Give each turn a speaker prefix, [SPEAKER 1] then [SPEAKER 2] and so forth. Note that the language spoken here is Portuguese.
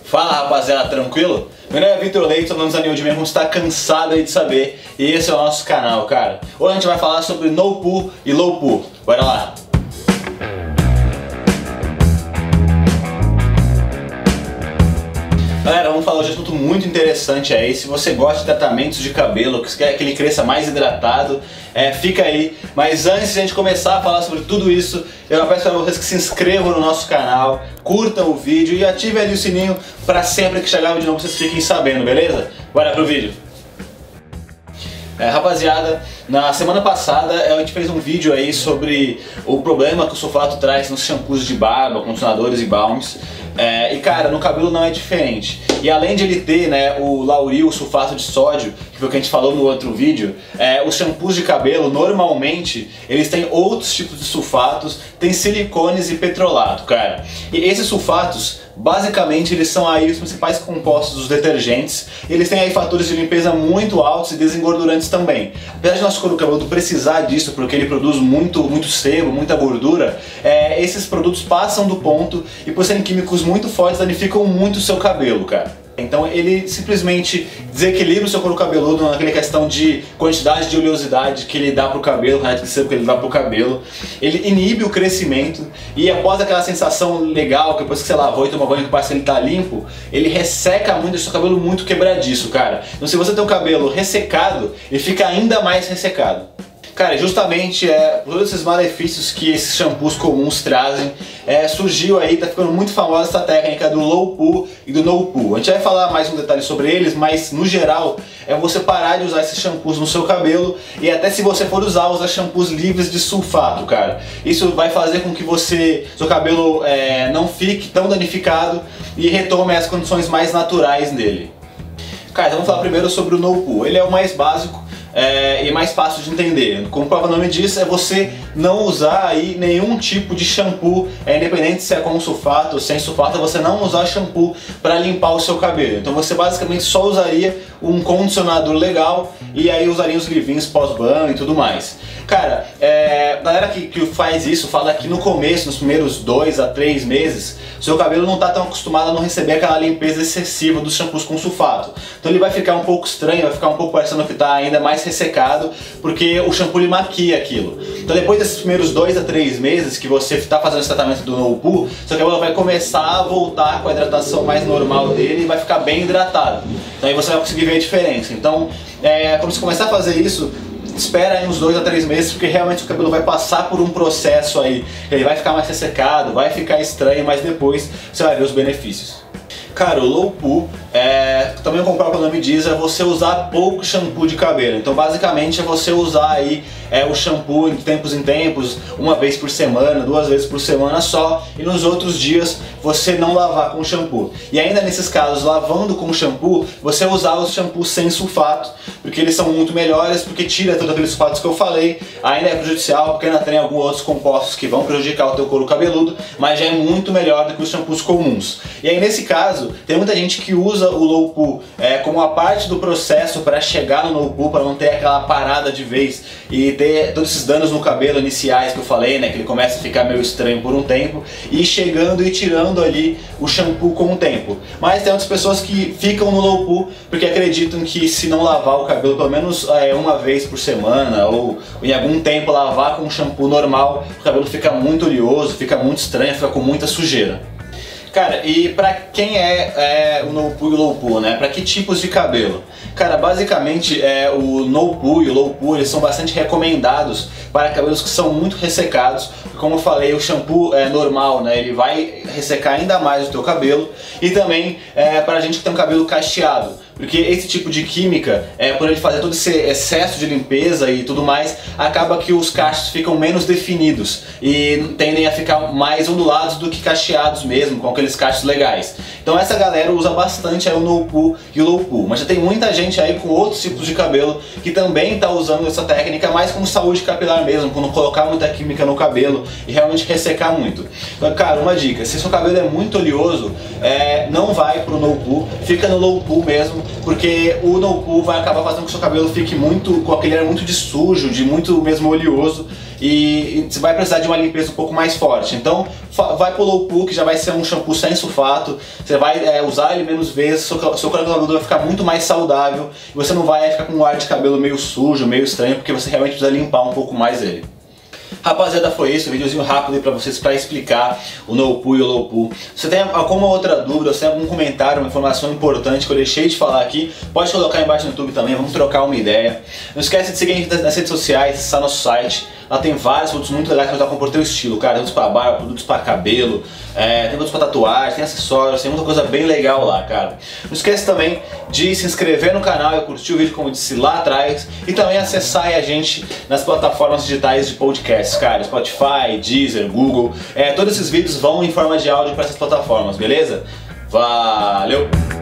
[SPEAKER 1] Fala rapaziada, tranquilo? Meu nome é Vitor Leite, tô falando anil de mesmo, você tá cansado aí de saber, e esse é o nosso canal, cara. Hoje a gente vai falar sobre no poo e low poo. Bora lá! Galera, vamos falar hoje de um assunto muito interessante aí. Se você gosta de tratamentos de cabelo, que quer que ele cresça mais hidratado, fica aí. Mas antes de a gente começar a falar sobre tudo isso, eu peço para vocês que se inscrevam no nosso canal, curtam o vídeo e ativem ali o sininho para sempre que chegar o vídeo novo vocês fiquem sabendo, beleza? Bora pro vídeo! Rapaziada, na semana passada a gente fez um vídeo aí sobre o problema que o sulfato traz nos shampoos de barba, condicionadores e balms. E cara, no cabelo não é diferente. E além de ele ter, né, o lauril, o sulfato de sódio, que foi o que a gente falou no outro vídeo, os shampoos de cabelo normalmente eles têm outros tipos de sulfatos, tem silicones e petrolato, cara. E esses sulfatos basicamente eles são aí os principais compostos dos detergentes. Eles têm aí fatores de limpeza muito altos e desengordurantes também. Apesar de nosso couro cabeludo precisar disso porque ele produz muito sebo, muita gordura, esses produtos passam do ponto e por serem químicos muito fortes danificam muito o seu cabelo, cara. Então ele simplesmente desequilibra o seu couro cabeludo naquela questão de quantidade de oleosidade que ele dá pro cabelo, né, de sebo que ele dá pro cabelo. Ele inibe o crescimento e após aquela sensação legal, que depois que você lavou e tomou banho que parece que ele tá limpo, ele resseca muito, deixa o seu cabelo muito quebradiço, cara. Então se você tem o cabelo ressecado, ele fica ainda mais ressecado. Cara, justamente por todos esses malefícios que esses shampoos comuns trazem, surgiu aí, tá ficando muito famosa essa técnica do low poo e do no poo. A gente vai falar mais um detalhe sobre eles, mas no geral é você parar de usar esses shampoos no seu cabelo e até se você for usar shampoos livres de sulfato, cara. Isso vai fazer com que seu cabelo não fique tão danificado e retome as condições mais naturais dele. Cara, então vamos falar primeiro sobre o no poo. Ele é o mais básico. E mais fácil de entender. Como o próprio nome diz, é você não usar aí nenhum tipo de shampoo, independente se é com sulfato ou sem sulfato, você não usar shampoo para limpar o seu cabelo. Então você basicamente só usaria um condicionador legal e aí usaria os leave-ins pós-banho e tudo mais. Cara, a galera que faz isso fala que no começo, nos primeiros 2 a 3 meses, seu cabelo não está tão acostumado a não receber aquela limpeza excessiva dos shampoos com sulfato. Então ele vai ficar um pouco estranho, vai ficar um pouco parecendo que está ainda mais ressecado, porque o shampoo ele maquia aquilo. Então depois desses primeiros 2 a 3 meses que você está fazendo esse tratamento do no poo, seu cabelo vai começar a voltar com a hidratação mais normal dele e vai ficar bem hidratado. Então aí você vai conseguir ver a diferença. Então, quando você começar a fazer isso, espera aí uns 2 a 3 meses, porque realmente o cabelo vai passar por um processo aí. Ele vai ficar mais ressecado, vai ficar estranho, mas depois você vai ver os benefícios. Cara, o low poo, também como o próprio nome diz, é você usar pouco shampoo de cabelo. Então basicamente é você usar aí o shampoo de tempos em tempos, uma vez por semana, 2 vezes por semana só, e nos outros dias você não lavar com shampoo. E ainda nesses casos, lavando com shampoo, você usar os shampoos sem sulfato, porque eles são muito melhores, porque tira todos aqueles sulfatos que eu falei. Ainda é prejudicial, porque ainda tem alguns outros compostos que vão prejudicar o teu couro cabeludo, mas já é muito melhor do que os shampoos comuns. E aí nesse caso, tem muita gente que usa o low poo como a parte do processo para chegar no no poo, para não ter aquela parada de vez e ter todos esses danos no cabelo iniciais que eu falei, né, que ele começa a ficar meio estranho por um tempo, e chegando e tirando ali o shampoo com o tempo. Mas tem outras pessoas que ficam no low poo porque acreditam que se não lavar o cabelo pelo menos uma vez por semana ou em algum tempo lavar com um shampoo normal, o cabelo fica muito oleoso, fica muito estranho, fica com muita sujeira. Cara, e pra quem o no poo e o low poo, né? Pra que tipos de cabelo? Cara, basicamente o no poo e o low poo eles são bastante recomendados para cabelos que são muito ressecados. Como eu falei, o shampoo normal, né? Ele vai ressecar ainda mais o teu cabelo. E também para gente que tem um cabelo cacheado. Porque esse tipo de química, por ele fazer todo esse excesso de limpeza e tudo mais, acaba que os cachos ficam menos definidos e tendem a ficar mais ondulados do que cacheados mesmo, com aqueles cachos legais. Então essa galera usa bastante o no poo e o low poo, mas já tem muita gente aí com outros tipos de cabelo que também está usando essa técnica mais como saúde capilar mesmo, quando colocar muita química no cabelo e realmente ressecar muito. Então, cara, uma dica, se seu cabelo é muito oleoso, não vai pro no poo, fica no low poo mesmo. porque o No Poo vai acabar fazendo com que o seu cabelo fique com aquele ar muito de sujo, de muito mesmo oleoso, e você vai precisar de uma limpeza um pouco mais forte. Então vai pro No Poo, que já vai ser um shampoo sem sulfato, você vai usar ele menos vezes, seu cabelo vai ficar muito mais saudável, e você não vai ficar com um ar de cabelo meio sujo, meio estranho, porque você realmente precisa limpar um pouco mais ele. Rapaziada, foi isso, um videozinho rápido aí pra vocês para explicar o No Poo e o Low Poo. Se você tem alguma outra dúvida, se tem algum comentário, uma informação importante que eu deixei de falar aqui, pode colocar aí embaixo no YouTube também, vamos trocar uma ideia. Não esquece de seguir a gente nas redes sociais, acessar nosso site, lá tem vários produtos muito legais que vão compor teu estilo, cara, produtos para barba, produtos para cabelo, tem produtos para tatuagem, tem acessórios, tem muita coisa bem legal lá, cara. Não esquece também de se inscrever no canal e curtir o vídeo como eu disse lá atrás, e também acessar a gente nas plataformas digitais de podcast, cara, Spotify, Deezer, Google, todos esses vídeos vão em forma de áudio para essas plataformas, beleza? Valeu!